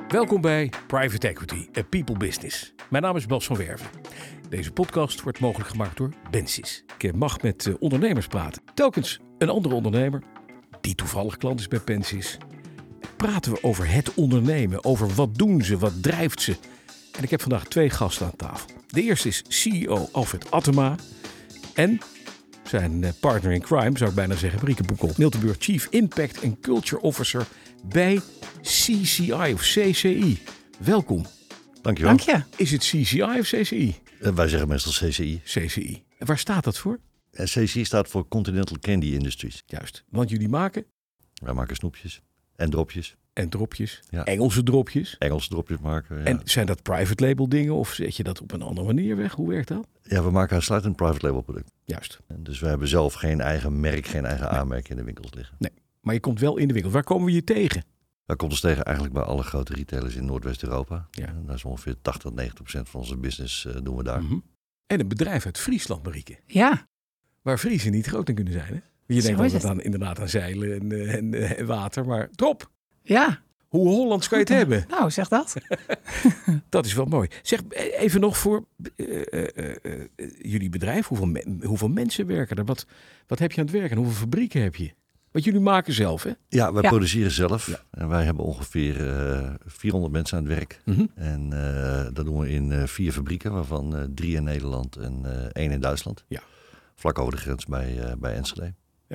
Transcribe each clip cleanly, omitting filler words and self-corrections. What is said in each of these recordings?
Welkom bij Private Equity, a people business. Mijn naam is Bas van Werven. Deze podcast wordt mogelijk gemaakt door Bensis. Ik mag met ondernemers praten. Telkens een andere ondernemer die toevallig klant is bij Bensis. Praten we over het ondernemen, over wat doen ze, wat drijft ze. En ik heb vandaag 2 gasten aan tafel. De eerste is CEO Alfred Attema en zijn partner in crime, zou ik bijna zeggen, Marieke Boekel Miltenburg, Chief Impact and Culture Officer bij CCI of CCI. Welkom. Dankjewel. Dank je. Is het CCI of CCI? Wij zeggen meestal CCI. CCI. En waar staat dat voor? CCI staat voor Continental Candy Industries. Juist, want jullie maken Wij maken snoepjes en dropjes. en dropjes, Ja. Engelse dropjes. Engelse dropjes maken. Ja. En zijn dat private label dingen of zet je dat op een andere manier weg? Hoe werkt dat? Ja, we maken uitsluitend een private label product. Juist. En dus we hebben zelf geen eigen merk, geen eigen aanmerk in de winkels liggen. Maar je komt wel in de winkel. Waar komen we je tegen? Dat komt ons tegen eigenlijk bij alle grote retailers in Noordwest-Europa. Ja. En dat is ongeveer 80-90% van onze business doen we daar. Mhm. En een bedrijf uit Friesland, Marieke. Ja, Waar Friesen niet groot in kunnen zijn. Hè? Je Zo denkt is altijd het. inderdaad aan zeilen en water. Maar top! ja. Hoe Hollands kan je het hebben? Nou, zeg dat. Dat is wel mooi. Zeg even nog voor jullie bedrijf. Hoeveel mensen werken er? Wat heb je aan het werken? Hoeveel fabrieken heb je? Want jullie maken zelf, hè? Ja, wij Ja. produceren zelf. Ja. En wij hebben ongeveer 400 mensen aan het werk. Mhm. En dat doen we in 4 fabrieken, waarvan 3 in Nederland en 1 in Duitsland. Ja. Vlak over de grens bij Enschede.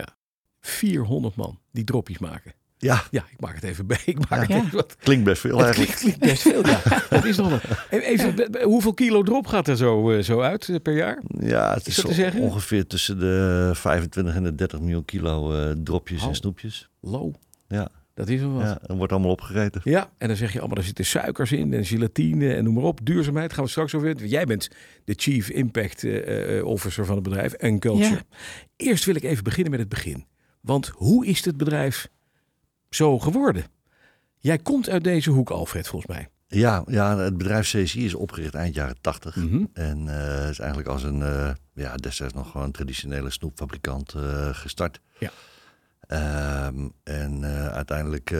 400 man die dropjes maken. Ja, Ja, ik maak het even bij. Ik maak Ja. het even wat. klinkt best veel Het eigenlijk. klinkt best veel, ja. Dat is nog even, hoeveel kilo drop gaat er zo uit per jaar? Ja, het Is is dat te zeggen? ongeveer tussen de 25 en de 30 miljoen kilo dropjes Oh. en snoepjes. Low. Ja. Dat is wel wat. Ja, en wordt allemaal opgegeten. Ja, en dan zeg je allemaal, er zitten suikers in en gelatine en noem maar op. Duurzaamheid gaan we straks over weten. Jij bent de Chief Impact Officer van het bedrijf en Culture. Ja. Eerst wil ik even beginnen met het begin. Want hoe is het bedrijf zo geworden? Jij komt uit deze hoek, Alfred, volgens mij. Ja, het bedrijf CCI is opgericht eind jaren 80. Mhm. En is eigenlijk als een, destijds nog gewoon een traditionele snoepfabrikant gestart. Ja. Uiteindelijk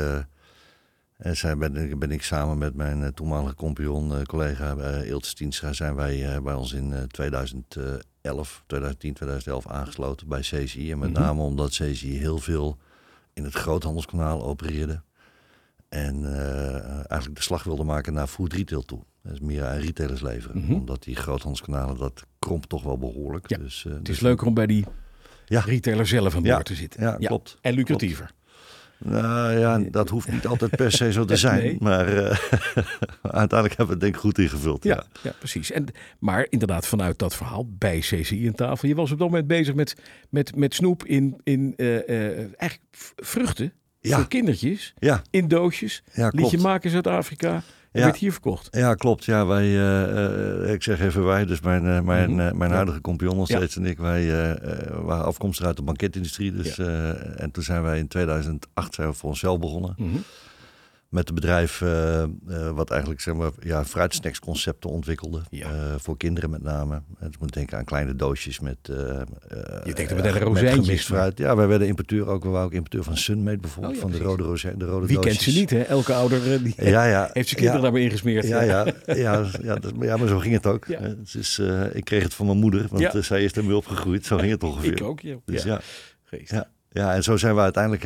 ben ik samen met mijn toenmalige compagnon, collega Eelte Stienstra, zijn wij bij ons in 2010, 2011 aangesloten bij CCI. En met Mhm. name omdat CCI heel veel in het groothandelskanaal opereerde. En eigenlijk de slag wilde maken naar food retail toe. Dat is meer aan retailers leveren. Mhm. Omdat die groothandelskanalen, dat kromp toch wel behoorlijk. Ja, Dus, Het is leuker om bij die Ja. retailer zelf aan boord Ja. te zitten. Ja, klopt. En lucratiever. Nou ja, dat hoeft niet altijd per se zo te zijn. Nee. Maar uiteindelijk hebben we het denk ik goed ingevuld. Ja, precies. Maar inderdaad, vanuit dat verhaal bij CCI aan tafel. Je was op dat moment bezig met snoep in eigenlijk vruchten Ja. voor kindertjes. Ja, In doosjes. ja, Liet klopt. je maken in Zuid-Afrika. En Ja. werd hier verkocht. Ja, klopt. Ja, ik zeg even wij, dus mijn huidige compagnon nog Ja. steeds en ik, wij waren afkomstig uit de banketindustrie. Dus, en toen zijn wij in 2008 zijn we voor onszelf begonnen. Mhm. Met het bedrijf wat eigenlijk zeg maar, fruitsnacksconcepten ontwikkelde. Ja. Voor kinderen met name. Dus je moet denken aan kleine doosjes met Je denkt dat we met rozijntjes. gemist fruit. Ja, wij werden importeur ook. We waren ook importeur van Sunmade bijvoorbeeld. Oh ja, van de precies. rode rozijn, de rode Wie doosjes. kent ze niet, hè? Elke ouder die Ja. heeft zijn kinderen daarmee ingesmeerd. Ja, maar zo ging het ook. Ja. Dus, ik kreeg het van mijn moeder, want zij is ermee opgegroeid. Zo ging het ongeveer. Ik ook, ja. Dus ja. ja. Geest. Ja, en zo zijn we uiteindelijk,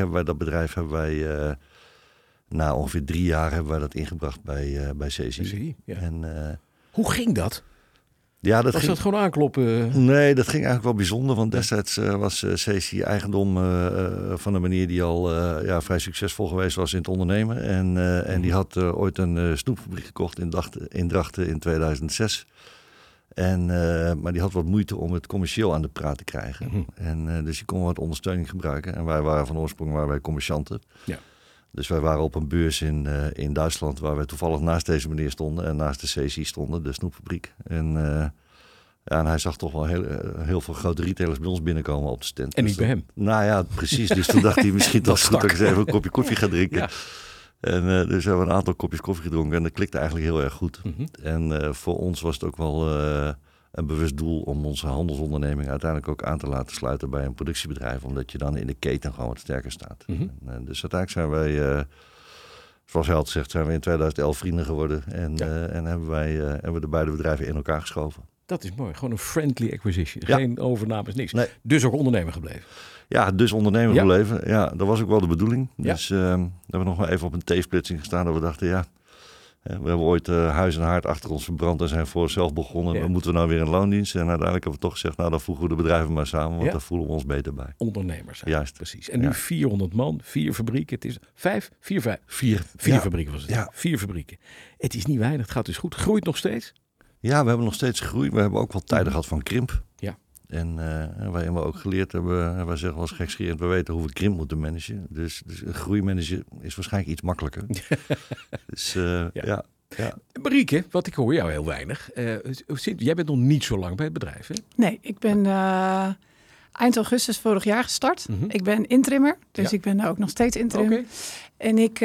na ongeveer 3 jaar hebben wij dat ingebracht bij CCI. CCI, ja. En Hoe ging dat? ja, dat Was ging... dat gewoon aankloppen? Nee, dat ging eigenlijk wel bijzonder, want destijds was CCI eigendom van een meneer die al vrij succesvol geweest was in het ondernemen. En die had ooit een snoepfabriek gekocht in Drachten in 2006. Maar die had wat moeite om het commercieel aan de praat te krijgen. Mhm. En dus die kon wat ondersteuning gebruiken. En wij waren van oorsprong commercianten. Ja. Dus wij waren op een beurs in Duitsland waar wij toevallig naast deze meneer stonden. En naast de CCI stonden, de snoepfabriek. En hij zag toch wel heel veel grote retailers bij ons binnenkomen op de stand. En Dus niet bij hem. Nou ja, precies. Dus toen dacht hij misschien Dat toch goed dat ik eens even een kopje koffie ga drinken. Ja. En dus hebben we een aantal kopjes koffie gedronken en dat klikte eigenlijk heel erg goed. Mhm. En voor ons was het ook wel een bewust doel om onze handelsonderneming uiteindelijk ook aan te laten sluiten bij een productiebedrijf. Omdat je dan in de keten gewoon wat sterker staat. Mhm. Dus uiteindelijk zijn wij zoals hij altijd zegt, zijn we in 2011 vrienden geworden. En hebben we de beide bedrijven in elkaar geschoven. Dat is mooi. Gewoon een friendly acquisition. Ja. Geen overnames, niks. Nee. Dus ook ondernemer gebleven. Ja, dus ondernemer gebleven. Ja, dat was ook wel de bedoeling. Ja. Dus we hebben nog wel even op een T-splitsing gestaan. Dat we dachten, we hebben ooit huis en haard achter ons verbrand en zijn voor onszelf begonnen. Dan moeten we nou weer in loondienst. En uiteindelijk hebben we toch gezegd, nou dan voegen we de bedrijven maar samen. Want daar voelen we ons beter bij. Ondernemers zijn. Juist. Precies. En nu 400 man, 4 fabrieken. Het is 4 fabrieken was het. Ja. 4 fabrieken. Het is niet weinig. Het gaat dus goed. Groeit nog steeds. Ja, we hebben nog steeds groei. We hebben ook wel tijden gehad van krimp. Ja. En waarin we ook geleerd hebben, wij zeggen wel eens gekscherend, we weten hoe we krimp moeten managen. Dus een groeimanager is waarschijnlijk iets makkelijker. Dus ja. Marieke, wat ik hoor jou heel weinig. Jij bent nog niet zo lang bij het bedrijf, hè? Nee, ik ben eind augustus vorig jaar gestart. Ik ben interimmer, dus ik ben ook nog steeds interim. Okay. En ik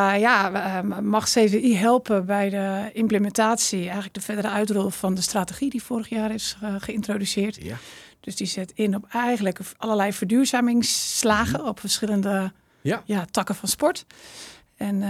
mag CVI helpen bij de implementatie, eigenlijk de verdere uitrol van de strategie die vorig jaar is geïntroduceerd. Ja. Dus die zet in op eigenlijk allerlei verduurzamingsslagen op verschillende takken van sport. En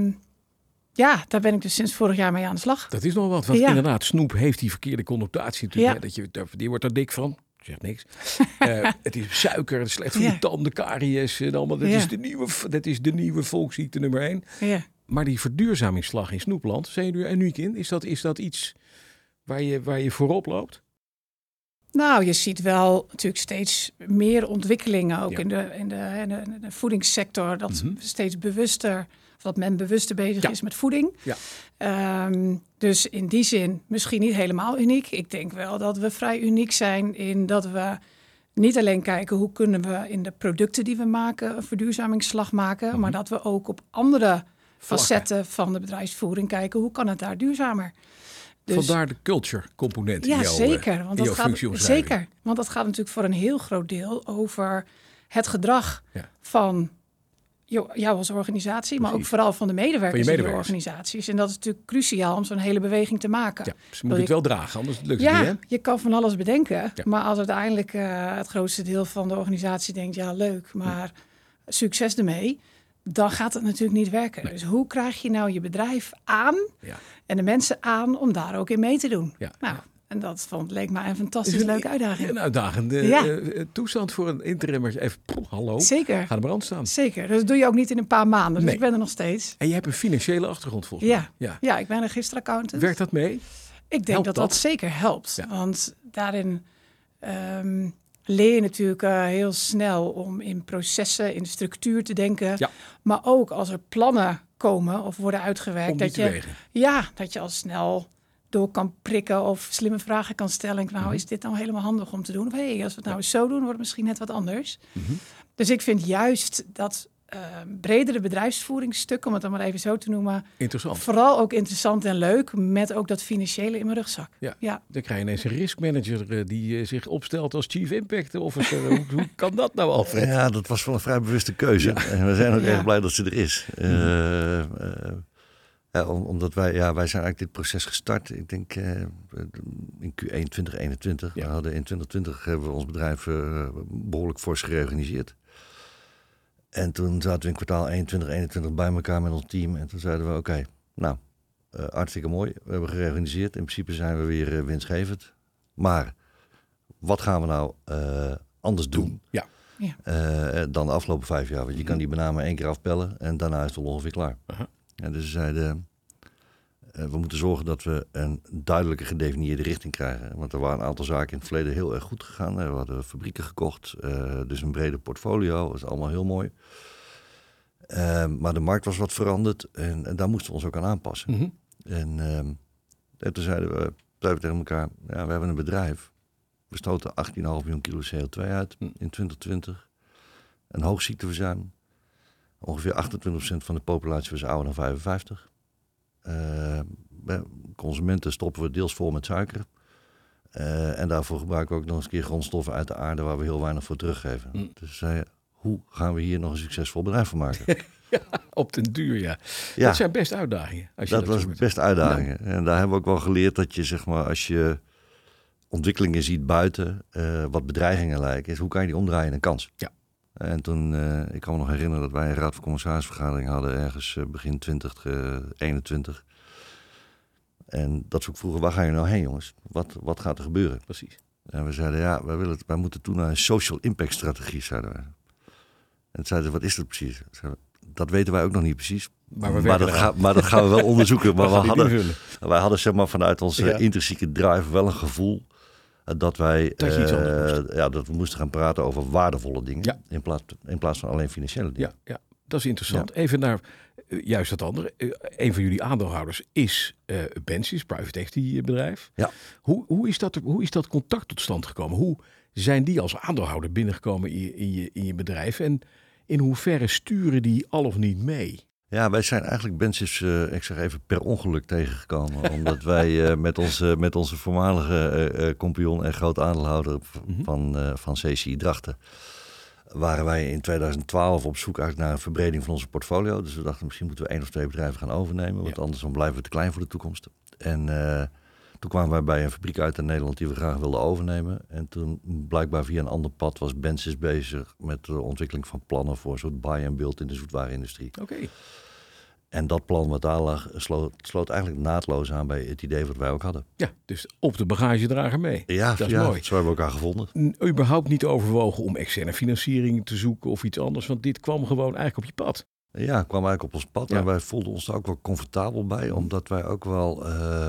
daar ben ik dus sinds vorig jaar mee aan de slag. Dat is nog wat, want inderdaad, snoep heeft die verkeerde connotatie natuurlijk. Hè, die wordt er dik van. Ik zeg niks. Het is suiker, het is slecht voor je tanden, karies en allemaal. Dat is de nieuwe volksziekte nummer 1. Ja. Maar die verduurzamingsslag in snoepland, zijn jullie er uniek in? Is dat iets waar je voorop loopt? Nou, je ziet wel natuurlijk steeds meer ontwikkelingen ook in de voedingssector. Dat steeds bewuster, of dat men bewuster bezig is met voeding. Ja. Dus in die zin misschien niet helemaal uniek. Ik denk wel dat we vrij uniek zijn in dat we niet alleen kijken hoe kunnen we in de producten die we maken een verduurzamingsslag maken, maar dat we ook op andere facetten van de bedrijfsvoering kijken hoe kan het daar duurzamer. Dus, vandaar de culture component in jouw zeker. Want dat gaat zeker. Want dat gaat natuurlijk voor een heel groot deel over het gedrag van jou als organisatie, maar ook vooral van de medewerkers in de organisaties. En dat is natuurlijk cruciaal om zo'n hele beweging te maken. Ja, ze moeten het wel dragen, anders lukt het niet. Hè? Je kan van alles bedenken, maar als uiteindelijk het grootste deel van de organisatie denkt, ja leuk, maar succes ermee, dan gaat het natuurlijk niet werken. Nee. Dus hoe krijg je nou je bedrijf aan en de mensen aan om daar ook in mee te doen? Ja. Nou, en dat leek mij een fantastisch leuke uitdaging. Een uitdagende toestand voor een interimmer. Even, hallo, zeker. Ga er maar aan staan. Zeker, dus dat doe je ook niet in een paar maanden. Dus ik ben er nog steeds. En je hebt een financiële achtergrond volgens mij. Ja, ik ben een registeraccountant. Werkt dat mee? Ik denk dat zeker helpt. Ja. Want daarin leer je natuurlijk heel snel om in processen, in structuur te denken. Ja. Maar ook als er plannen komen of worden uitgewerkt. Dat je al snel door kan prikken of slimme vragen kan stellen. Nou, is dit nou helemaal handig om te doen? Of als we het nou eens zo doen, wordt het misschien net wat anders. Dus ik vind juist dat bredere bedrijfsvoeringsstuk, om het dan maar even zo te noemen, interessant. Vooral ook interessant en leuk, met ook dat financiële in mijn rugzak. Ja. Dan krijg je ineens een riskmanager die zich opstelt als chief impact officer. Hoe kan dat nou, Alfred? Ja, dat was wel een vrij bewuste keuze. Ja. En we zijn ook erg blij dat ze er is. Omdat wij zijn eigenlijk dit proces gestart. Ik denk in Q1 2021. We hadden in 2020 hebben we ons bedrijf behoorlijk fors gereorganiseerd. En toen zaten we in kwartaal 1 2021 bij elkaar met ons team. En toen zeiden we hartstikke mooi. We hebben gereorganiseerd. In principe zijn we weer winstgevend. Maar wat gaan we nou anders doen? Ja. Dan de afgelopen 5 jaar. Want je kan die benamen 1 keer afpellen en daarna is het al ongeveer klaar. En dus ze zeiden, we moeten zorgen dat we een duidelijke gedefinieerde richting krijgen. Want er waren een aantal zaken in het verleden heel erg goed gegaan. We hadden fabrieken gekocht, dus een brede portfolio. Dat is allemaal heel mooi. Maar de markt was wat veranderd en daar moesten we ons ook aan aanpassen. En toen zeiden we tegen elkaar, we hebben een bedrijf. We stoten 18,5 miljoen kilo CO2 uit in 2020. Een hoog ziekteverzuim. Ongeveer 28% van de populatie was ouder dan 55. Consumenten stoppen we deels vol met suiker. En daarvoor gebruiken we ook nog eens een keer grondstoffen uit de aarde waar we heel weinig voor teruggeven. Dus hoe gaan we hier nog een succesvol bedrijf van maken? Op den duur, Dat zijn best uitdagingen. Dat was best uitdagingen. Ja. En daar hebben we ook wel geleerd dat je, zeg maar, als je ontwikkelingen ziet buiten, wat bedreigingen lijken, is hoe kan je die omdraaien in een kans? Ja. En toen, ik kan me nog herinneren dat wij een raad van commissarisvergadering hadden ergens begin 2021. En dat ze ook vroegen, waar ga je nou heen, jongens? Wat gaat er gebeuren? Precies. En we zeiden, wij moeten toen naar een social impact strategie, zeiden we. En zeiden, wat is dat precies? Dat weten wij ook nog niet precies. Maar dat gaan we wel onderzoeken. Maar wij hadden zeg maar, vanuit onze intrinsieke drive wel een gevoel dat wij dat we moesten gaan praten over waardevolle dingen in plaats van alleen financiële dingen. Ja, dat is interessant. Ja. Even naar juist dat andere. Een van jullie aandeelhouders is Bensis, private equity bedrijf. Ja. Hoe is dat contact tot stand gekomen? Hoe zijn die als aandeelhouder binnengekomen in je bedrijf? En in hoeverre sturen die al of niet mee? Ja, wij zijn eigenlijk Bensis, ik zeg even, per ongeluk tegengekomen. Omdat wij met onze voormalige compagnon en groot aandeelhouder van CCI Drachten waren wij in 2012 op zoek eigenlijk naar een verbreding van onze portfolio. Dus we dachten, misschien moeten we 1 of 2 bedrijven gaan overnemen. Want anders dan blijven we te klein voor de toekomst. En toen kwamen wij bij een fabriek uit in Nederland die we graag wilden overnemen. En toen blijkbaar via een ander pad was Bensis bezig met de ontwikkeling van plannen voor een soort buy and build in de zoetwarenindustrie. Oké. En dat plan wat daar lag, sloot eigenlijk naadloos aan bij het idee wat wij ook hadden. Ja, dus op de bagagedrager mee. Ja, dat is mooi. Zo hebben we elkaar gevonden. Überhaupt niet overwogen om externe financiering te zoeken of iets anders, want dit kwam gewoon eigenlijk op je pad. Ja, kwam eigenlijk op ons pad. Ja. En wij voelden ons daar ook wel comfortabel bij, omdat wij ook wel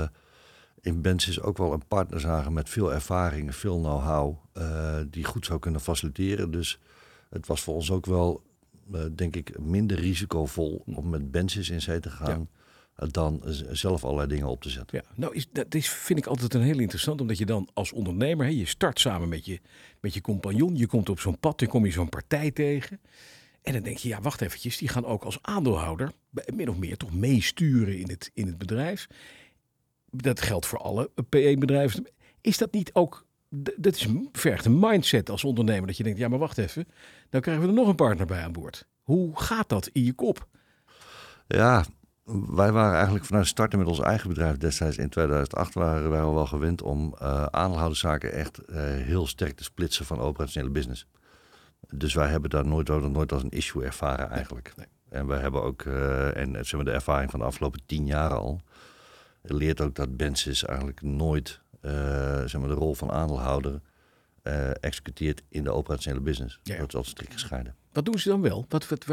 in Bensis ook wel een partner zagen met veel ervaring, veel know-how, die goed zou kunnen faciliteren. Dus het was voor ons ook wel, denk ik, minder risicovol om met Bensis in zee te gaan dan zelf allerlei dingen op te zetten. Ja, nou vind ik altijd een heel interessant, omdat je dan als ondernemer, je start samen met je compagnon, je komt op zo'n pad, dan kom je zo'n partij tegen. En dan denk je, ja, wacht eventjes, die gaan ook als aandeelhouder min of meer toch meesturen in het bedrijf. Dat geldt voor alle PE-bedrijven. Is dat niet ook, vergt een mindset als ondernemer, dat je denkt, ja, maar wacht even, nou krijgen we er nog een partner bij aan boord. Hoe gaat dat in je kop? Ja, wij waren eigenlijk vanuit starten met ons eigen bedrijf destijds in 2008 waren wij al wel gewend om aandeelhouderszaken echt heel sterk te splitsen van operationele business. Dus wij hebben daar nooit als een issue ervaren eigenlijk. Nee. En wij hebben ook, zeg maar de ervaring van de afgelopen 10 jaar al, leert ook dat Bensis eigenlijk nooit zeg maar de rol van aandeelhouder executeert in de operationele business. Ja. Dat is altijd strikt gescheiden. Wat doen ze dan wel?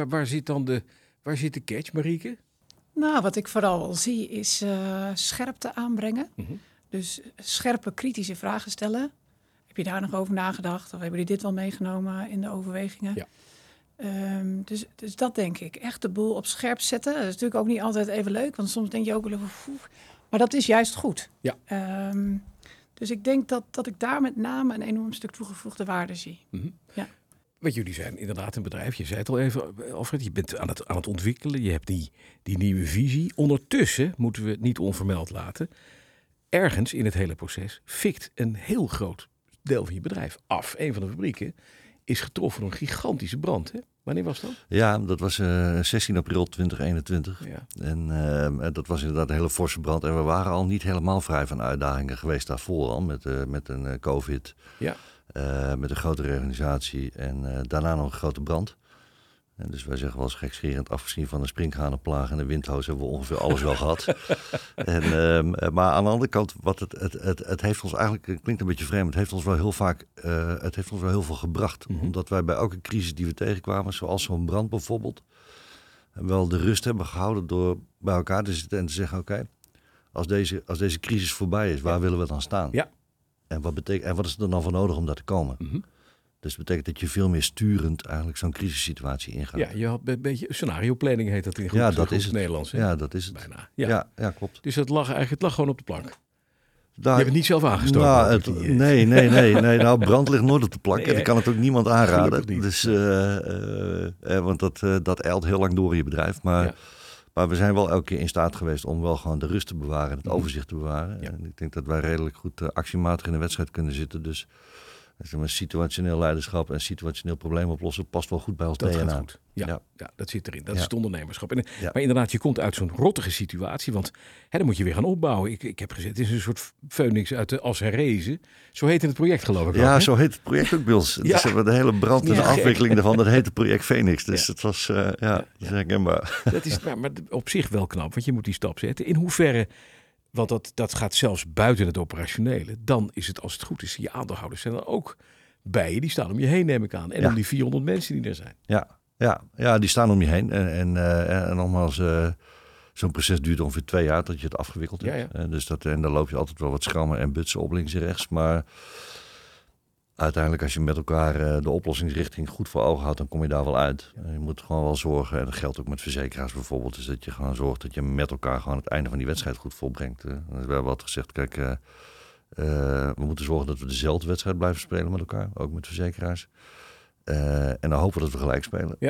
Waar zit de catch, Marieke? Nou, wat ik vooral zie is scherpte aanbrengen. Mm-hmm. Dus scherpe, kritische vragen stellen. Heb je daar nog over nagedacht? Of hebben jullie dit wel meegenomen in de overwegingen? Ja. Dus dat denk ik. Echt de boel op scherp zetten. Dat is natuurlijk ook niet altijd even leuk. Want soms denk je ook wel even... Maar dat is juist goed. Ja. Dus ik denk dat ik daar met name een enorm stuk toegevoegde waarde zie. Mm-hmm. Ja. Want jullie zijn inderdaad een bedrijf. Je zei het al even, Alfred. Je bent aan het ontwikkelen. Je hebt die nieuwe visie. Ondertussen, moeten we het niet onvermeld laten, ergens in het hele proces fikt een heel groot deel van je bedrijf af. Een van de fabrieken is getroffen door een gigantische brand. Hè? Wanneer was dat? Ja, dat was 16 april 2021. Ja. En dat was inderdaad een hele forse brand. En we waren al niet helemaal vrij van uitdagingen geweest daarvoor al. Met een COVID. Ja. Met een grote reorganisatie. En daarna nog een grote brand. En dus wij zeggen wel eens gekscherend, afgezien van de sprinkhanenplaag en de windhoos hebben we ongeveer alles wel gehad. Maar aan de andere kant, het heeft ons eigenlijk, het klinkt een beetje vreemd, het heeft ons wel heel veel gebracht. Mm-hmm. Omdat wij bij elke crisis die we tegenkwamen, zoals zo'n brand bijvoorbeeld, wel de rust hebben gehouden door bij elkaar te zitten en te zeggen, oké, als deze crisis voorbij is, waar willen we dan staan? Ja. En wat is er dan voor nodig om daar te komen? Mm-hmm. Dus dat betekent dat je veel meer sturend eigenlijk zo'n crisissituatie ingaat. Ja, je had een beetje scenario-planning heet dat in goed Nederlands. Hè? Ja, dat is het. Bijna. Ja, klopt. Dus het lag gewoon op de plank. Je hebt het niet zelf aangestoken. Nee. Nou, brand ligt nooit op de plank. En ik kan het ook niemand aanraden. Dus, want dat eilt heel lang door in je bedrijf. Maar we zijn wel elke keer in staat geweest om wel gewoon de rust te bewaren. Het overzicht te bewaren. Ja. En ik denk dat wij redelijk goed actiematig in de wedstrijd kunnen zitten. Dus Dus situationeel leiderschap en situationeel probleem oplossen past wel goed bij ons Dat DNA. gaat goed. Ja, dat zit erin. Dat is het ondernemerschap. Ja. Maar inderdaad, je komt uit zo'n rottige situatie. Want dan moet je weer gaan opbouwen. Ik heb gezegd, het is een soort phoenix uit de as herrezen. Zo heette het project, geloof ik. Ja, ook, zo heet het project ook bij ons. Dus de hele brand en de afwikkeling daarvan, dat heet het project Phoenix. Dus het was, dat is herkenbaar. Dat is maar op zich wel knap, want je moet die stap zetten. In hoeverre, want dat gaat zelfs buiten het operationele. Dan is het, als het goed is, je aandeelhouders zijn er ook bij je. Die staan om je heen, neem ik aan. En om die 400 mensen die er zijn. Ja, die staan om je heen. En nogmaals, zo'n proces duurt ongeveer 2 jaar tot je het afgewikkeld hebt. Ja. Dus en dan loop je altijd wel wat schrammen en butsen op links en rechts. Maar uiteindelijk, als je met elkaar de oplossingsrichting goed voor ogen houdt, dan kom je daar wel uit. Je moet gewoon wel zorgen, en dat geldt ook met verzekeraars bijvoorbeeld, is dat je gewoon zorgt dat je met elkaar gewoon het einde van die wedstrijd goed volbrengt. We hebben altijd gezegd, kijk, we moeten zorgen dat we dezelfde wedstrijd blijven spelen met elkaar, ook met verzekeraars. En dan hopen we dat we gelijk spelen. Ja.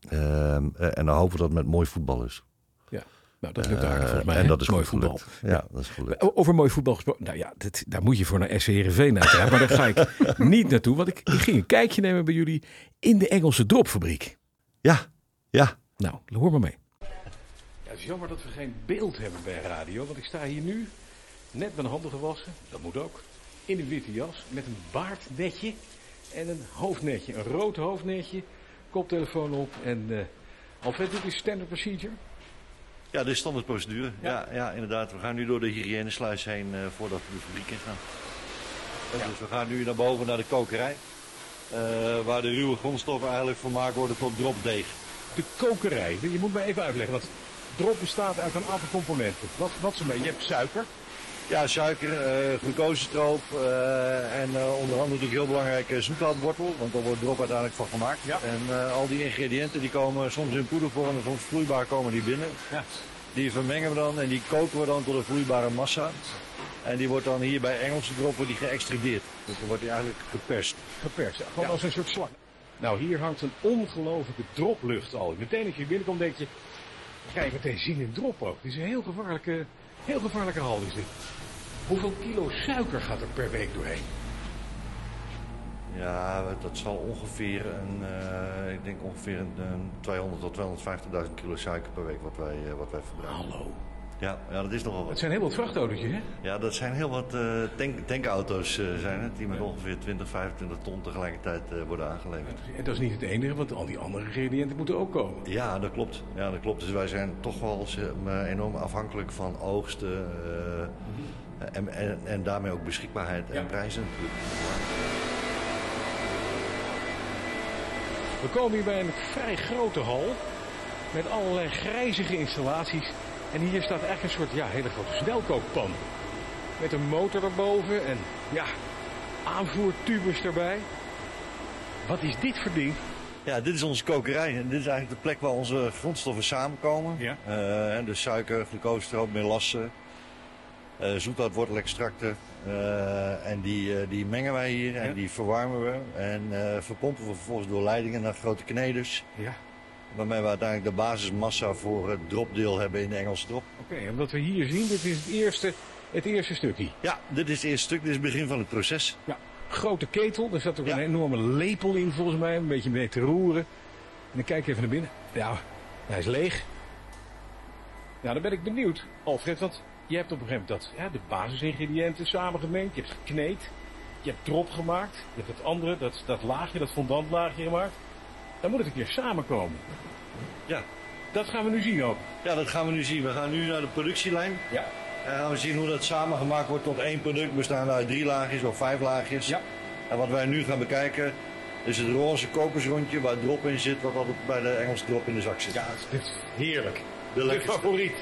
En dan hopen we dat het met mooi voetbal is. Ja, nou dat lukt aardig volgens mij. En dat is mooi voetbal. Ja, dat is gelukt. Over mooi voetbal gesproken. Nou ja, daar moet je voor naar SC Heerenveen uiteraard. Maar daar ga ik niet naartoe. Want ik ging een kijkje nemen bij jullie in de Engelse dropfabriek. Ja. Nou, hoor maar mee. Ja, het is jammer dat we geen beeld hebben bij radio. Want ik sta hier nu, net mijn handen gewassen. Dat moet ook. In een witte jas, met een baardnetje. En een hoofdnetje, een rood hoofdnetje, koptelefoon op en Alfred, dit is standard procedure? Ja, dit is standaard procedure. Ja, inderdaad. We gaan nu door de hygiënesluis heen voordat we de fabriek in gaan. Ja. Dus we gaan nu naar boven naar de kokerij, waar de ruwe grondstoffen eigenlijk vermaakt worden tot dropdeeg. De kokerij, je moet me even uitleggen, want drop bestaat uit een aantal componenten. Wat zo mee? Je hebt suiker. Ja, suiker, glucosestroop en onder andere natuurlijk heel belangrijk zoethoutwortel, want daar wordt drop uiteindelijk van gemaakt. Ja. En al die ingrediënten die komen soms in poedervorm en soms vloeibaar komen die binnen. Ja. Die vermengen we dan en die koken we dan tot een vloeibare massa. En die wordt dan hier bij Engelse drop die geëxtrudeerd. Dus dan wordt die eigenlijk geperst. Geperst, gewoon als een soort slang. Nou, hier hangt een ongelofelijke droplucht al. Meteen als je binnenkomt denk je, kijk meteen zien in drop ook. Het is een heel gevaarlijke hal is dit. Hoeveel kilo suiker gaat er per week doorheen? Ja, dat zal ongeveer ik denk ongeveer een 200 tot 250.000 kilo suiker per week wat wij verbruiken. Hallo. Ja, dat is nogal wat. Het zijn heel wat vrachtauto's, hè? Ja, dat zijn heel wat tankauto's zijn het, die met ongeveer 20, 25 ton tegelijkertijd worden aangeleverd. En dat is niet het enige, want al die andere ingrediënten moeten ook komen. Ja, dat klopt. Dus wij zijn toch wel enorm afhankelijk van oogsten en daarmee ook beschikbaarheid en prijzen. We komen hier bij een vrij grote hal met allerlei grijzige installaties. En hier staat eigenlijk een soort hele grote snelkookpan. Met een motor erboven en aanvoertubes erbij. Wat is dit voor ding? Ja, dit is onze kokerij. En dit is eigenlijk de plek waar onze grondstoffen samenkomen. Ja. Dus suiker, glucosestroop, melasse, zoethoutwortelextracten. En die mengen wij hier en die verwarmen we. En verpompen we vervolgens door leidingen naar grote kneders. Ja. Waarmee we uiteindelijk de basismassa voor het dropdeel hebben in de Engelse drop. Oké, en wat we hier zien, dit is het eerste stukje. Ja, dit is het eerste stuk. Dit is het begin van het proces. Ja, grote ketel. Er zat ook een enorme lepel in volgens mij. Een beetje mee te roeren. En dan kijk ik even naar binnen. Ja, hij is leeg. Nou, dan ben ik benieuwd, Alfred. Want je hebt op een gegeven moment de basisingrediënten samengemengd. Je hebt gekneed. Je hebt drop gemaakt. Je hebt het andere, dat laagje, dat fondantlaagje gemaakt. Dan moet het een keer samenkomen. Ja. Dat gaan we nu zien ook. Ja, dat gaan we nu zien. We gaan nu naar de productielijn. Ja. En gaan we zien hoe dat samengemaakt wordt tot één product bestaande uit 3 laagjes of 5 laagjes. Ja. En wat wij nu gaan bekijken is het roze kokosrondje waar drop in zit, wat altijd bij de Engelse drop in de zak zit. Ja, het is heerlijk. De favoriet.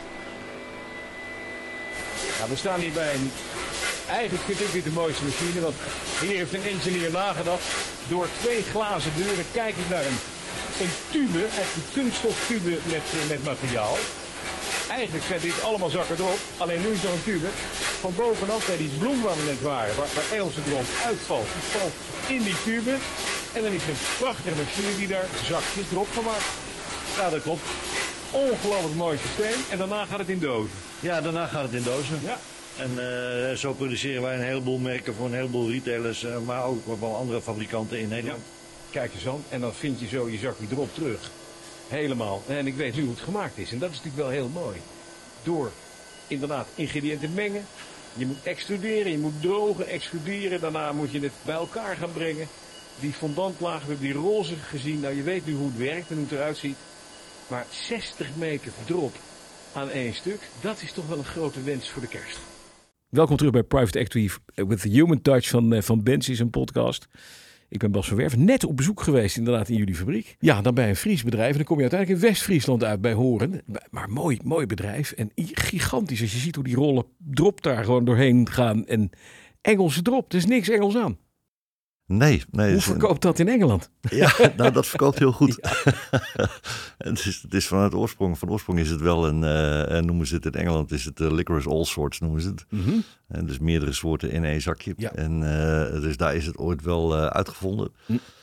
Nou, we staan hier bij eigenlijk vind ik dit de mooiste machine, want hier heeft een engineer nagedacht. Door 2 glazen deuren kijk ik naar een tube, echt een kunststoftube met materiaal. Eigenlijk zijn dit allemaal zakken erop, alleen nu is er een tube. Van bovenaf bij die bloem waar we net waren, waar Engelse drop uitvalt, die valt in die tube. En dan is er een prachtige machine die daar zakjes erop van maakt. Ja, dat klopt. Ongelooflijk mooi systeem. En daarna gaat het in dozen. Ja, daarna gaat het in dozen. Ja. En zo produceren wij een heleboel merken voor een heleboel retailers, maar ook wel andere fabrikanten in Nederland. Ja. Kijk eens aan. En dan vind je zo je zakje erop terug. Helemaal. En ik weet nu hoe het gemaakt is. En dat is natuurlijk wel heel mooi. Door inderdaad ingrediënten mengen. Je moet extruderen, je moet drogen, extruderen. Daarna moet je het bij elkaar gaan brengen. Die fondantlaag, we hebben die roze gezien. Nou, je weet nu hoe het werkt en hoe het eruit ziet. Maar 60 make-up drop aan één stuk, dat is toch wel een grote wens voor de kerst. Welkom terug bij Private Equity with the Human Touch van Bensis, een podcast. Ik ben Bas van Werven, net op bezoek geweest inderdaad in jullie fabriek. Ja, dan bij een Fries bedrijf en dan kom je uiteindelijk in West-Friesland uit bij Horen. Maar mooi bedrijf en gigantisch als je ziet hoe die rollen drop daar gewoon doorheen gaan. En Engelse drop, er is niks Engels aan. Nee. Hoe verkoopt dat in Engeland? Ja, nou dat verkoopt heel goed. Ja. het is van oorsprong is het wel noemen ze het in Engeland, is het licorice all sorts noemen ze het. Mm-hmm. En dus meerdere soorten in één zakje. Ja. En dus daar is het ooit wel uitgevonden.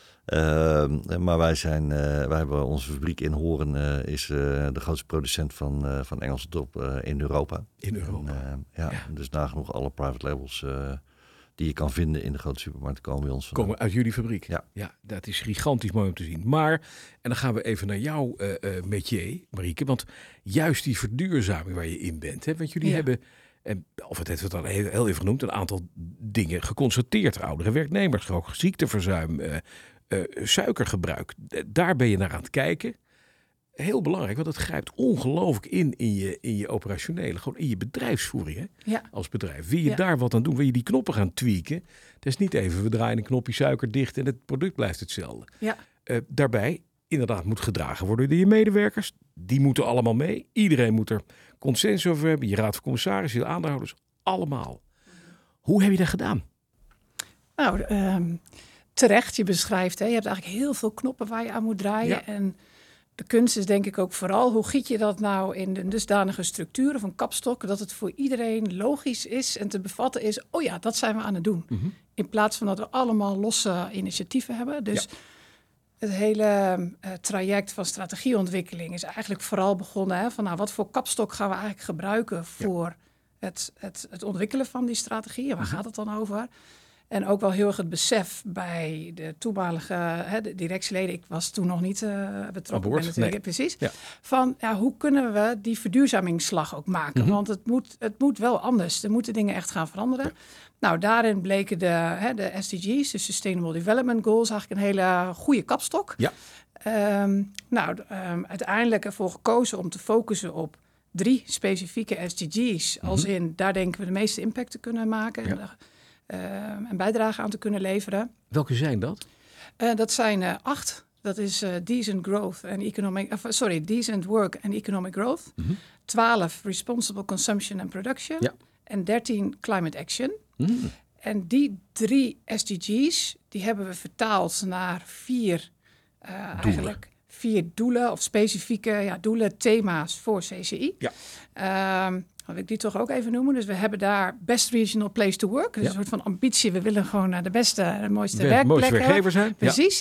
Maar wij hebben onze fabriek in Horen, is de grootste producent van Engelse drop in Europa. In Europa. Dus nagenoeg alle private labels die je kan vinden in de grote supermarkten komen bij ons vandaan. Komen uit jullie fabriek. Ja, dat is gigantisch mooi om te zien. Maar, en dan gaan we even naar jouw métier, Marieke. Want juist die verduurzaming waar je in bent. Hè, want jullie hebben, of het heeft het dan heel even genoemd, een aantal dingen geconstateerd. Oudere werknemers, ook ziekteverzuim, suikergebruik. Daar ben je naar aan het kijken. Heel belangrijk, want het grijpt ongelooflijk in je operationele, gewoon in je bedrijfsvoering. Hè? Ja. Als bedrijf. Wil je daar wat aan doen? Wil je die knoppen gaan tweaken? Het is niet even, we draaien een knopje suiker dicht en het product blijft hetzelfde. Ja. Daarbij, inderdaad, moet gedragen worden door je medewerkers. Die moeten allemaal mee. Iedereen moet er consensus over hebben. Je raad van commissarissen, je aandeelhouders, allemaal. Hoe heb je dat gedaan? Nou, terecht, je beschrijft, hè, je hebt eigenlijk heel veel knoppen waar je aan moet draaien. Ja. En de kunst is denk ik ook vooral, hoe giet je dat nou in de dusdanige structuur of een kapstok, dat het voor iedereen logisch is en te bevatten is, oh ja, dat zijn we aan het doen. Mm-hmm. In plaats van dat we allemaal losse initiatieven hebben. Dus het hele traject van strategieontwikkeling is eigenlijk vooral begonnen, hè, van nou, wat voor kapstok gaan we eigenlijk gebruiken voor het ontwikkelen van die strategie en waar gaat het dan over? En ook wel heel erg het besef bij de toenmalige de directieleden. Ik was toen nog niet betrokken. Precies. Ja. Van hoe kunnen we die verduurzamingsslag ook maken? Mm-hmm. Want het moet wel anders. Er moeten dingen echt gaan veranderen. Ja. Nou, daarin bleken de SDG's, de Sustainable Development Goals, eigenlijk een hele goede kapstok. Ja. Uiteindelijk ervoor gekozen om te focussen op 3 specifieke SDG's. Mm-hmm. Als in, daar denken we de meeste impact te kunnen maken. Ja. Een bijdrage aan te kunnen leveren. Welke zijn dat? Dat zijn 8. Dat is decent growth en decent work and economic growth. Mm-hmm. 12 responsible consumption and production. Ja. En 13 climate action. Mm-hmm. En die 3 SDG's, die hebben we vertaald naar 4 eigenlijk 4 doelen of specifieke doelen, thema's voor CCI. Ja. Dat wil ik die toch ook even noemen. Dus we hebben daar Best Regional Place to Work. Dus een soort van ambitie. We willen gewoon naar de beste, de mooiste werkgever zijn. Precies.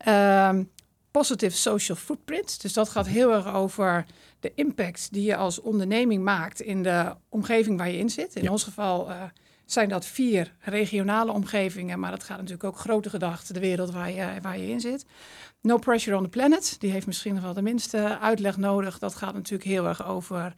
Positive Social Footprint. Dus dat gaat heel erg over de impact die je als onderneming maakt in de omgeving waar je in zit. In ons geval zijn dat 4 regionale omgevingen. Maar dat gaat natuurlijk ook grote gedachten, de wereld waar je in zit. No Pressure on the Planet. Die heeft misschien nog wel de minste uitleg nodig. Dat gaat natuurlijk heel erg over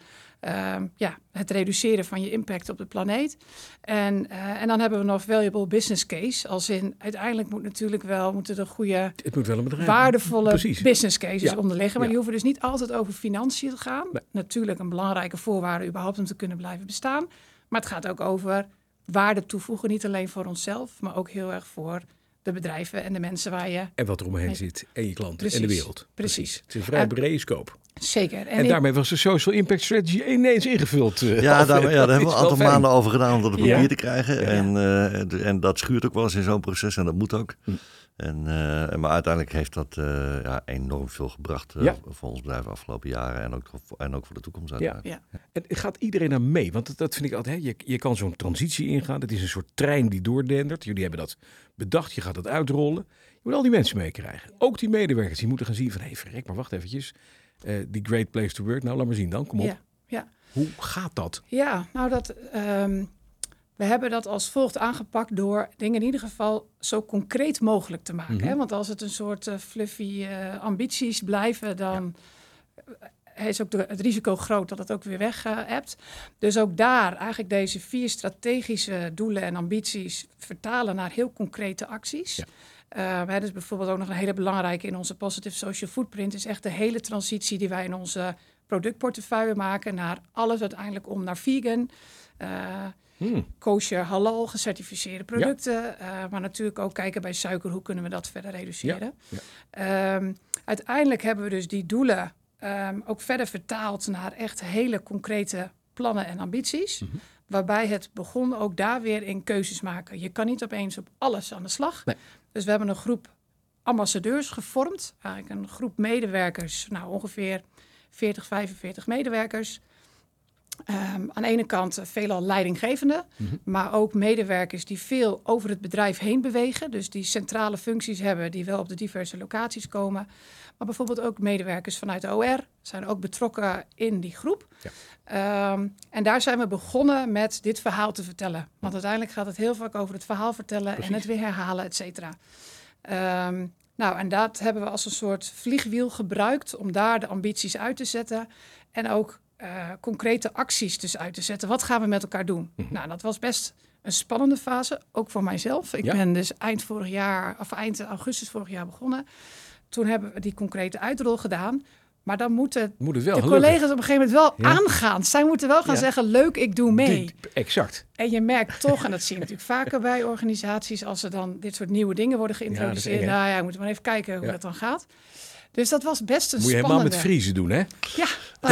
het reduceren van je impact op de planeet. En dan hebben we nog Valuable Business Case. Als in, uiteindelijk moeten er goede, het moet wel een bedrijf, waardevolle business cases onder liggen. Maar die hoeven dus niet altijd over financiën te gaan. Nee. Natuurlijk een belangrijke voorwaarde überhaupt om te kunnen blijven bestaan. Maar het gaat ook over waarde toevoegen. Niet alleen voor onszelf, maar ook heel erg voor de bedrijven en de mensen waar je... En wat er omheen zit. En je klanten en de wereld. Precies. Het is een vrij brede scope. Zeker. En daarmee was de Social Impact Strategy ineens ingevuld. Daar hebben we een aantal maanden over gedaan om dat op papier te krijgen. Ja. En dat schuurt ook wel eens in zo'n proces en dat moet ook. Maar uiteindelijk heeft dat enorm veel gebracht voor ons bedrijf de afgelopen jaren en ook voor de toekomst uiteraard. Ja. En gaat iedereen daar mee? Want dat vind ik altijd, je kan zo'n transitie ingaan. Het is een soort trein die doordendert. Jullie hebben dat bedacht, je gaat het uitrollen. Je moet al die mensen meekrijgen. Ook die medewerkers, die moeten gaan zien van, verrek, maar wacht eventjes. Die Great Place to Work, nou laat maar zien dan, kom op. Ja. Hoe gaat dat? Ja, nou we hebben dat als volgt aangepakt door dingen in ieder geval zo concreet mogelijk te maken. Hè? Want als het een soort fluffy ambities blijven, dan is ook het risico groot dat het ook weer weg hebt. Dus ook daar eigenlijk deze 4 strategische doelen en ambities vertalen naar heel concrete acties. Ja. Dus bijvoorbeeld ook nog een hele belangrijke in onze Positive Social Footprint is echt de hele transitie die wij in onze productportefeuille maken naar alles uiteindelijk om naar vegan, kosher, halal gecertificeerde producten. Maar natuurlijk ook kijken bij suiker, hoe kunnen we dat verder reduceren. Ja. Uiteindelijk hebben we dus die doelen ook verder vertaald naar echt hele concrete plannen en ambities. Waarbij het begon ook daar weer in keuzes maken. Je kan niet opeens op alles aan de slag. Nee. Dus we hebben een groep ambassadeurs gevormd. Eigenlijk een groep medewerkers, ongeveer 40, 45 medewerkers. Aan de ene kant veelal leidinggevende, maar ook medewerkers die veel over het bedrijf heen bewegen. Dus die centrale functies hebben, die wel op de diverse locaties komen. Maar bijvoorbeeld ook medewerkers vanuit de OR zijn ook betrokken in die groep. Ja. En daar zijn we begonnen met dit verhaal te vertellen. Want uiteindelijk gaat het heel vaak over het verhaal vertellen. Precies. En het weer herhalen, et cetera. En dat hebben we als een soort vliegwiel gebruikt om daar de ambities uit te zetten. En ook concrete acties dus uit te zetten. Wat gaan we met elkaar doen? Nou, dat was best een spannende fase, ook voor mijzelf. Ik ben dus eind augustus vorig jaar begonnen. Toen hebben we die concrete uitrol gedaan. Maar dan moeten de collega's op een gegeven moment wel aangaan. Zij moeten wel gaan zeggen, leuk, ik doe mee. Exact. En je merkt toch, en dat zie je natuurlijk vaker bij organisaties, als er dan dit soort nieuwe dingen worden geïntroduceerd. Je moet maar even kijken hoe dat dan gaat. Dus dat was best een spannende. Moet je helemaal met Friese doen, hè? Ja,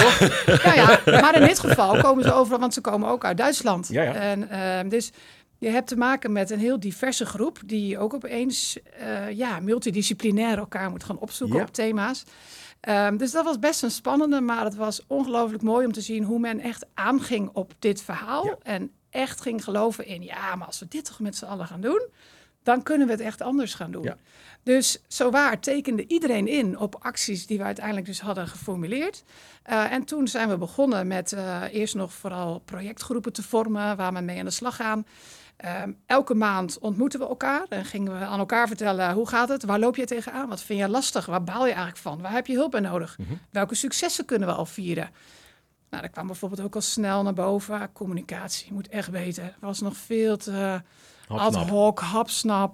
maar in dit geval komen ze overal, want ze komen ook uit Duitsland. Ja. En, dus je hebt te maken met een heel diverse groep die ook opeens multidisciplinair elkaar moet gaan opzoeken op thema's. Dus dat was best een spannende, maar het was ongelooflijk mooi om te zien hoe men echt aanging op dit verhaal. En echt ging geloven in, maar als we dit toch met z'n allen gaan doen, dan kunnen we het echt anders gaan doen. Ja. Dus zowaar tekende iedereen in op acties die we uiteindelijk dus hadden geformuleerd. En toen zijn we begonnen met eerst nog vooral projectgroepen te vormen waar we mee aan de slag gaan. Elke maand ontmoeten we elkaar en gingen we aan elkaar vertellen, hoe gaat het? Waar loop je tegenaan? Wat vind je lastig? Waar baal je eigenlijk van? Waar heb je hulp bij nodig? Welke successen kunnen we al vieren? Nou, daar kwam bijvoorbeeld ook al snel naar boven. Communicatie, je moet echt weten. Er was nog veel te ad hoc, hapsnap.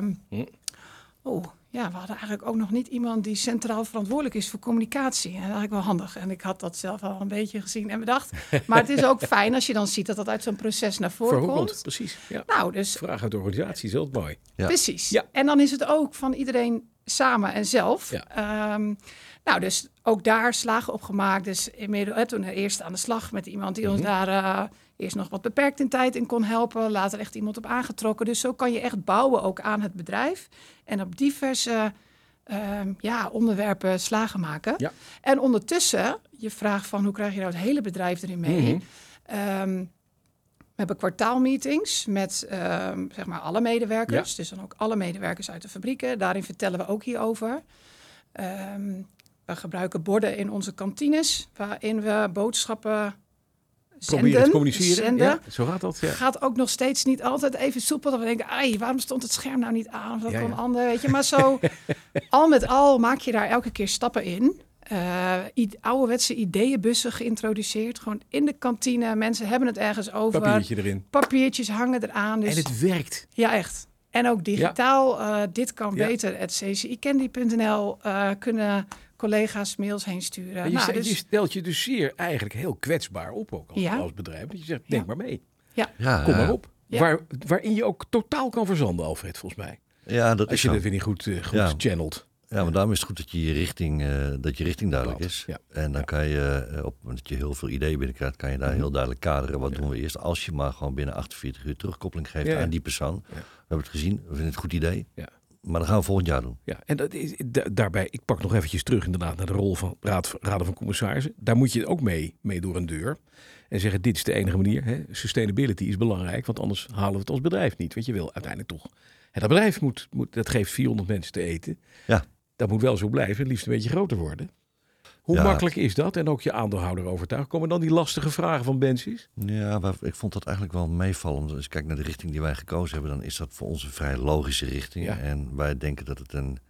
We hadden eigenlijk ook nog niet iemand die centraal verantwoordelijk is voor communicatie. En dat is eigenlijk wel handig. En ik had dat zelf al een beetje gezien en bedacht. Maar het is ook fijn als je dan ziet dat dat uit zo'n proces naar voren komt. Precies. Ja. Nou, dus vraag uit de organisatie is heel mooi. Ja. Precies. Ja. En dan is het ook van iedereen samen en zelf. Ja. Dus ook daar slagen op gemaakt. Dus inmiddels toen eerst aan de slag met iemand die ons daar eerst nog wat beperkt in tijd in kon helpen. Later echt iemand op aangetrokken. Dus zo kan je echt bouwen ook aan het bedrijf. En op diverse onderwerpen slagen maken. Ja. En ondertussen, je vraagt van hoe krijg je nou het hele bedrijf erin mee? We hebben kwartaalmeetings met alle medewerkers. Ja. Dus dan ook alle medewerkers uit de fabrieken. Daarin vertellen we ook hierover. We gebruiken borden in onze kantines, waarin we boodschappen proberen te communiceren. Ja, zo gaat dat. Ja. Gaat ook nog steeds niet altijd even soepel. Dat we denken, waarom stond het scherm nou niet aan? Of dat kon ander, weet je. Maar zo, al met al maak je daar elke keer stappen in. Ouderwetse ideeënbussen geïntroduceerd. Gewoon in de kantine. Mensen hebben het ergens over. Papiertje erin. Papiertjes hangen eraan. Dus... En het werkt. Ja, echt. En ook digitaal. Dit kan beter. @ccicandy.nl kunnen collega's mails heen sturen. Je stelt je dus zeer eigenlijk heel kwetsbaar op ook als bedrijf. Dat je zegt, denk maar mee. Ja. Kom maar op. Ja. Waarin je ook totaal kan verzanden, Alfred, volgens mij. Ja, dat als je dat weer niet goed channelt. Ja, maar daarom is het goed dat je richting duidelijk is. Ja. En dan kan je, op het moment dat je heel veel ideeën binnenkrijgt, kan je daar heel duidelijk kaderen. Wat doen we eerst? Als je maar gewoon binnen 48 uur terugkoppeling geeft aan die persoon. Ja. We hebben het gezien, we vinden het een goed idee. Ja. Maar dat gaan we volgend jaar doen. Ja, en dat is, daarbij, ik pak nog eventjes terug inderdaad naar de rol van raden van commissarissen. Daar moet je ook mee door een deur. En zeggen, dit is de enige manier. Hè? Sustainability is belangrijk, want anders halen we het als bedrijf niet. Want je wil uiteindelijk toch... dat bedrijf dat geeft 400 mensen te eten. Ja. Dat moet wel zo blijven, het liefst een beetje groter worden. Hoe makkelijk is dat? En ook je aandeelhouder overtuigen. Komen dan die lastige vragen van Bensis? Ja, maar ik vond dat eigenlijk wel meevallend. Als je kijkt naar de richting die wij gekozen hebben, dan is dat voor ons een vrij logische richting. Ja. En wij denken dat het een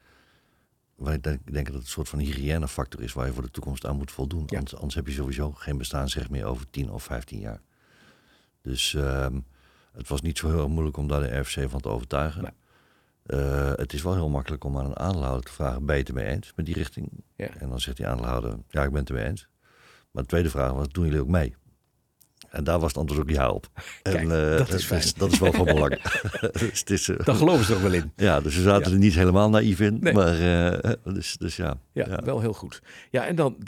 soort van hygiënefactor is waar je voor de toekomst aan moet voldoen. Ja. Anders heb je sowieso geen bestaansrecht meer over 10 of 15 jaar. Dus het was niet zo heel moeilijk om daar de RFC van te overtuigen. Nee. Het is wel heel makkelijk om aan een aandeelhouder te vragen, ben je het ermee eens met die richting? Ja. En dan zegt die aandeelhouder, ja, ik ben het ermee eens. Maar de tweede vraag was, doen jullie ook mee? En daar was het antwoord ook ja op. Kijk, en dat is fijn. Dat is wel van belang. Dus het is, daar geloven ze toch wel in. Ja, dus we zaten er niet helemaal naïef in. Nee. Maar dus ja. Ja, wel heel goed. Ja, en dan,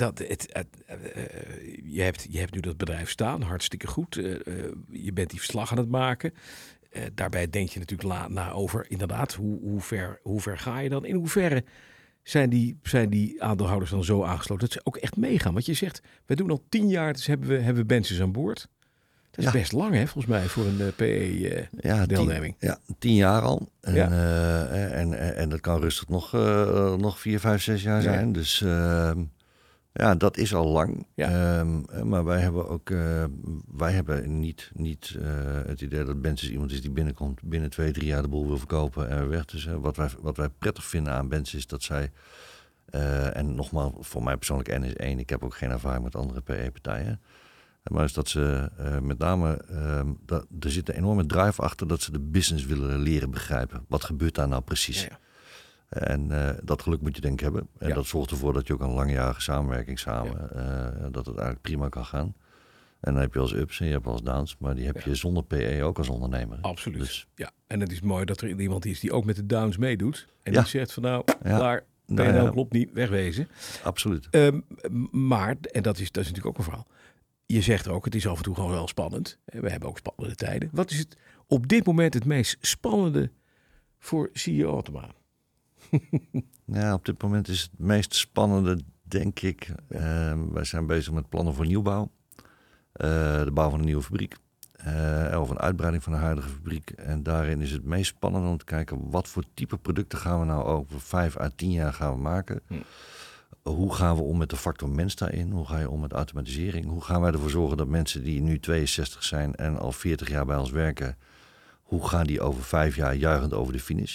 je hebt nu dat bedrijf staan, hartstikke goed. Je bent die verslag aan het maken. Daarbij denk je natuurlijk na over, inderdaad, hoe ver ga je dan? In hoeverre zijn die aandeelhouders dan zo aangesloten dat ze ook echt meegaan? Want je zegt, we doen al 10 jaar, dus hebben we Bensis aan boord. Dat is best lang, hè, volgens mij, voor een PE-deelneming. 10 jaar al. En dat kan rustig nog 4, 5, 6 jaar zijn. Ja. Dus dat is al lang. Ja. Maar wij hebben niet het idee dat Bensis iemand is die binnenkomt, binnen 2, 3 jaar de boel wil verkopen en weg. Dus wat wij prettig vinden aan Bensis is dat zij, en nogmaals, voor mij persoonlijk N is 1, ik heb ook geen ervaring met andere PE-partijen. Maar is dat ze met name, er zit een enorme drive achter dat ze de business willen leren begrijpen. Wat gebeurt daar nou precies? Ja. En dat geluk moet je denk ik hebben. En dat zorgt ervoor dat je ook een langjarige samenwerking dat het eigenlijk prima kan gaan. En dan heb je als ups en je hebt als downs. Maar die heb je zonder PE ook als ondernemer. Absoluut. Dus. Ja. En het is mooi dat er iemand is die ook met de downs meedoet. En die zegt van daar PNL klopt niet, wegwezen. Absoluut. Maar, en dat is natuurlijk ook een verhaal. Je zegt er ook, het is af en toe gewoon wel spannend. We hebben ook spannende tijden. Wat is het op dit moment het meest spannende voor CEO Altema? Ja, op dit moment is het meest spannende, denk ik. Wij zijn bezig met plannen voor nieuwbouw. De bouw van een nieuwe fabriek. Of een uitbreiding van de huidige fabriek. En daarin is het meest spannend om te kijken wat voor type producten gaan we nou over 5 à 10 jaar gaan we maken. Hoe gaan we om met de factor mens daarin? Hoe ga je om met automatisering? Hoe gaan wij ervoor zorgen dat mensen die nu 62 zijn en al 40 jaar bij ons werken, hoe gaan die over 5 jaar juichend over de finish?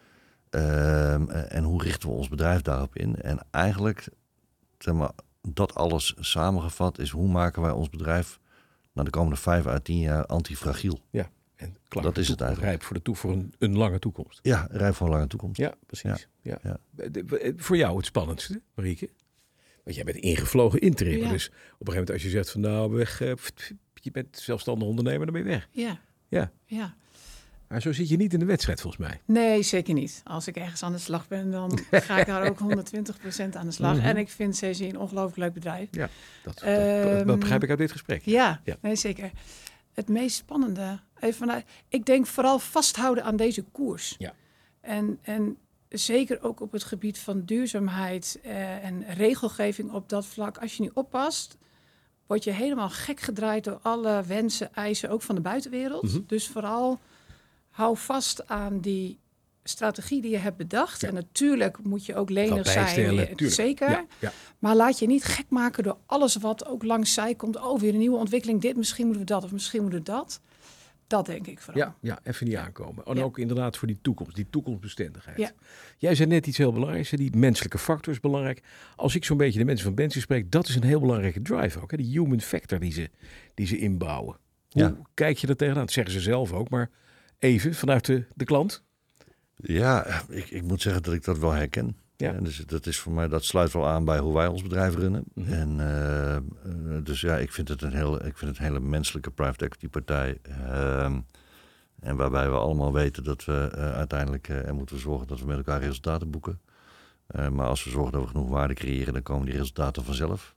En hoe richten we ons bedrijf daarop in? En eigenlijk, zeg maar, dat alles samengevat is hoe maken wij ons bedrijf naar de komende 5 à 10 jaar antifragiel. Ja, en klaar. Dat is het eigenlijk. Rijp voor een lange toekomst. Ja, rijp voor een lange toekomst. Ja, precies. Ja. Voor jou het spannendste, Marieke? Want jij bent ingevlogen interim. Dus op een gegeven moment als je zegt van nou weg, je bent zelfstandig ondernemer, dan ben je weg. Ja. Maar zo zit je niet in de wedstrijd volgens mij. Nee, zeker niet. Als ik ergens aan de slag ben, dan ga ik daar ook 120% aan de slag. En ik vind CCI een ongelooflijk leuk bedrijf. Ja, dat begrijp ik uit dit gesprek. Ja, nee, zeker. Het meest spannende, ik denk vooral vasthouden aan deze koers. Ja. En zeker ook op het gebied van duurzaamheid en regelgeving op dat vlak. Als je niet oppast, word je helemaal gek gedraaid door alle wensen, eisen, ook van de buitenwereld. Mm-hmm. Dus vooral hou vast aan die strategie die je hebt bedacht. Ja. En natuurlijk moet je ook lenig zijn. Zeker. Ja. Maar laat je niet gek maken door alles wat ook langs zij komt. Oh, weer een nieuwe ontwikkeling. Dit, misschien moeten we dat of misschien moeten we dat. Dat denk ik vooral. Ja, even niet aankomen. En ook inderdaad voor die toekomst, die toekomstbestendigheid. Ja. Jij zei net iets heel belangrijks, die menselijke factor is belangrijk. Als ik zo'n beetje de mensen van Bensis spreek, dat is een heel belangrijke drive ook. Hè? Die human factor die ze inbouwen. Hoe kijk je er tegenaan? Dat zeggen ze zelf ook, maar even vanuit de klant. Ja, ik moet zeggen dat ik dat wel herken. Ja. Dus dat is voor mij, dat sluit wel aan bij hoe wij ons bedrijf runnen. Mm-hmm. En dus ja, ik vind het een hele menselijke private equity partij. En waarbij we allemaal weten dat we uiteindelijk er moeten zorgen dat we met elkaar resultaten boeken. Maar als we zorgen dat we genoeg waarde creëren, dan komen die resultaten vanzelf.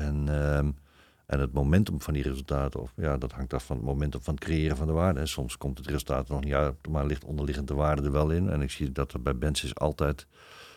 En het momentum van die resultaten, dat hangt af van het momentum van het creëren van de waarde. En soms komt het resultaat nog niet uit, maar ligt onderliggend de waarde er wel in. En ik zie dat er bij Bensis altijd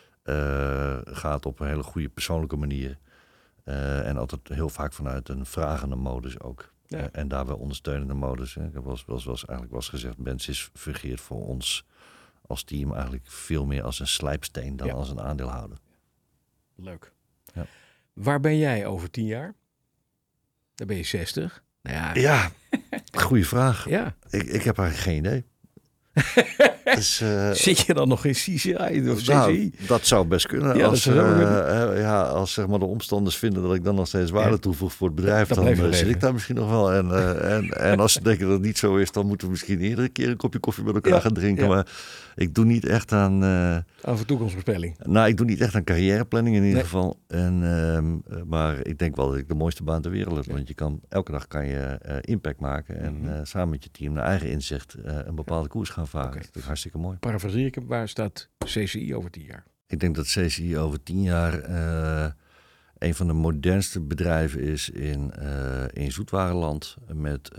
gaat op een hele goede persoonlijke manier. En altijd heel vaak vanuit een vragende modus ook. Ja. En daarbij ondersteunende modus. Ik heb eigenlijk wel eens gezegd, Bensis fungeert voor ons als team eigenlijk veel meer als een slijpsteen dan als een aandeelhouder. Leuk. Ja. Waar ben jij over 10 jaar? Dan ben je 60. Nou ja, goede vraag. Ja. Ik heb eigenlijk geen idee. Dus, zit je dan nog in CCI of CCI? Nou, dat zou best kunnen. Ja, als zeg maar de omstanders vinden dat ik dan nog steeds waarde toevoeg voor het bedrijf, dat dan zit ik daar misschien nog wel. En als ze denken dat het niet zo is, dan moeten we misschien iedere keer een kopje koffie met elkaar gaan drinken. Ja. Maar ik doe niet echt aan... Over toekomstvoorspelling? Nou, ik doe niet echt aan carrièreplanning in ieder geval. Maar ik denk wel dat ik de mooiste baan ter wereld heb. Want elke dag kan je impact maken. En samen met je team naar eigen inzicht een bepaalde koers gaan varen. Okay. Dat is hartstikke mooi. Parafraseer ik hem, waar staat CCI over 10 jaar? Ik denk dat CCI over 10 jaar een van de modernste bedrijven is in zoetwarenland. Met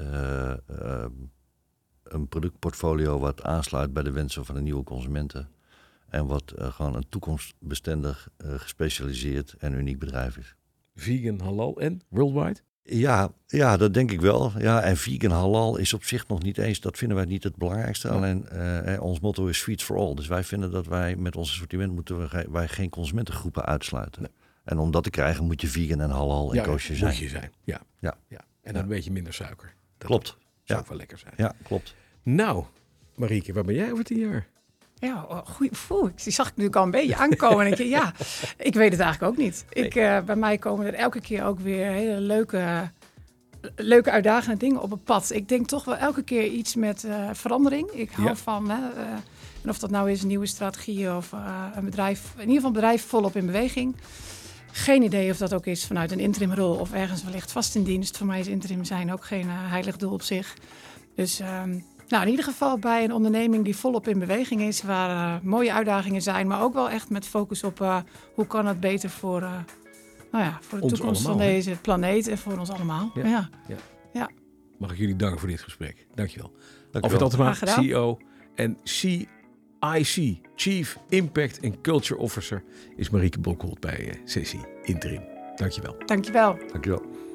een productportfolio wat aansluit bij de wensen van de nieuwe consumenten. En wat gewoon een toekomstbestendig, gespecialiseerd en uniek bedrijf is. Vegan, halal en worldwide? Ja, dat denk ik wel. Ja, en vegan halal is op zich nog niet eens, dat vinden wij niet het belangrijkste. Ja. Alleen ons motto is Feeds for All. Dus wij vinden dat wij met ons assortiment moeten wij geen consumentengroepen uitsluiten. Nee. En om dat te krijgen moet je vegan en halal en kosher zijn. Moet je zijn, ja. En dan een beetje minder suiker. Dat klopt. Zou ook wel lekker zijn. Ja, klopt. Nou, Marieke, waar ben jij over 10 jaar? Ja, die zag ik natuurlijk al een beetje aankomen. En ik weet het eigenlijk ook niet. Nee. Bij mij komen er elke keer ook weer hele leuke uitdagende dingen op het pad. Ik denk toch wel elke keer iets met verandering. Ik hou van, en of dat nou is een nieuwe strategie of een bedrijf, in ieder geval een bedrijf volop in beweging. Geen idee of dat ook is vanuit een interimrol of ergens wellicht vast in dienst. Voor mij is interim zijn ook geen heilig doel op zich. Dus... in ieder geval bij een onderneming die volop in beweging is, waar mooie uitdagingen zijn, maar ook wel echt met focus op hoe kan het beter voor de toekomst allemaal, van deze planeet en voor ons allemaal. Ja. Mag ik jullie danken voor dit gesprek. Dankjewel. Alfred Altema, CEO en CIC, Chief Impact and Culture Officer, is Marieke Blokholt bij CCI Interim. Dankjewel. Dankjewel. Dankjewel.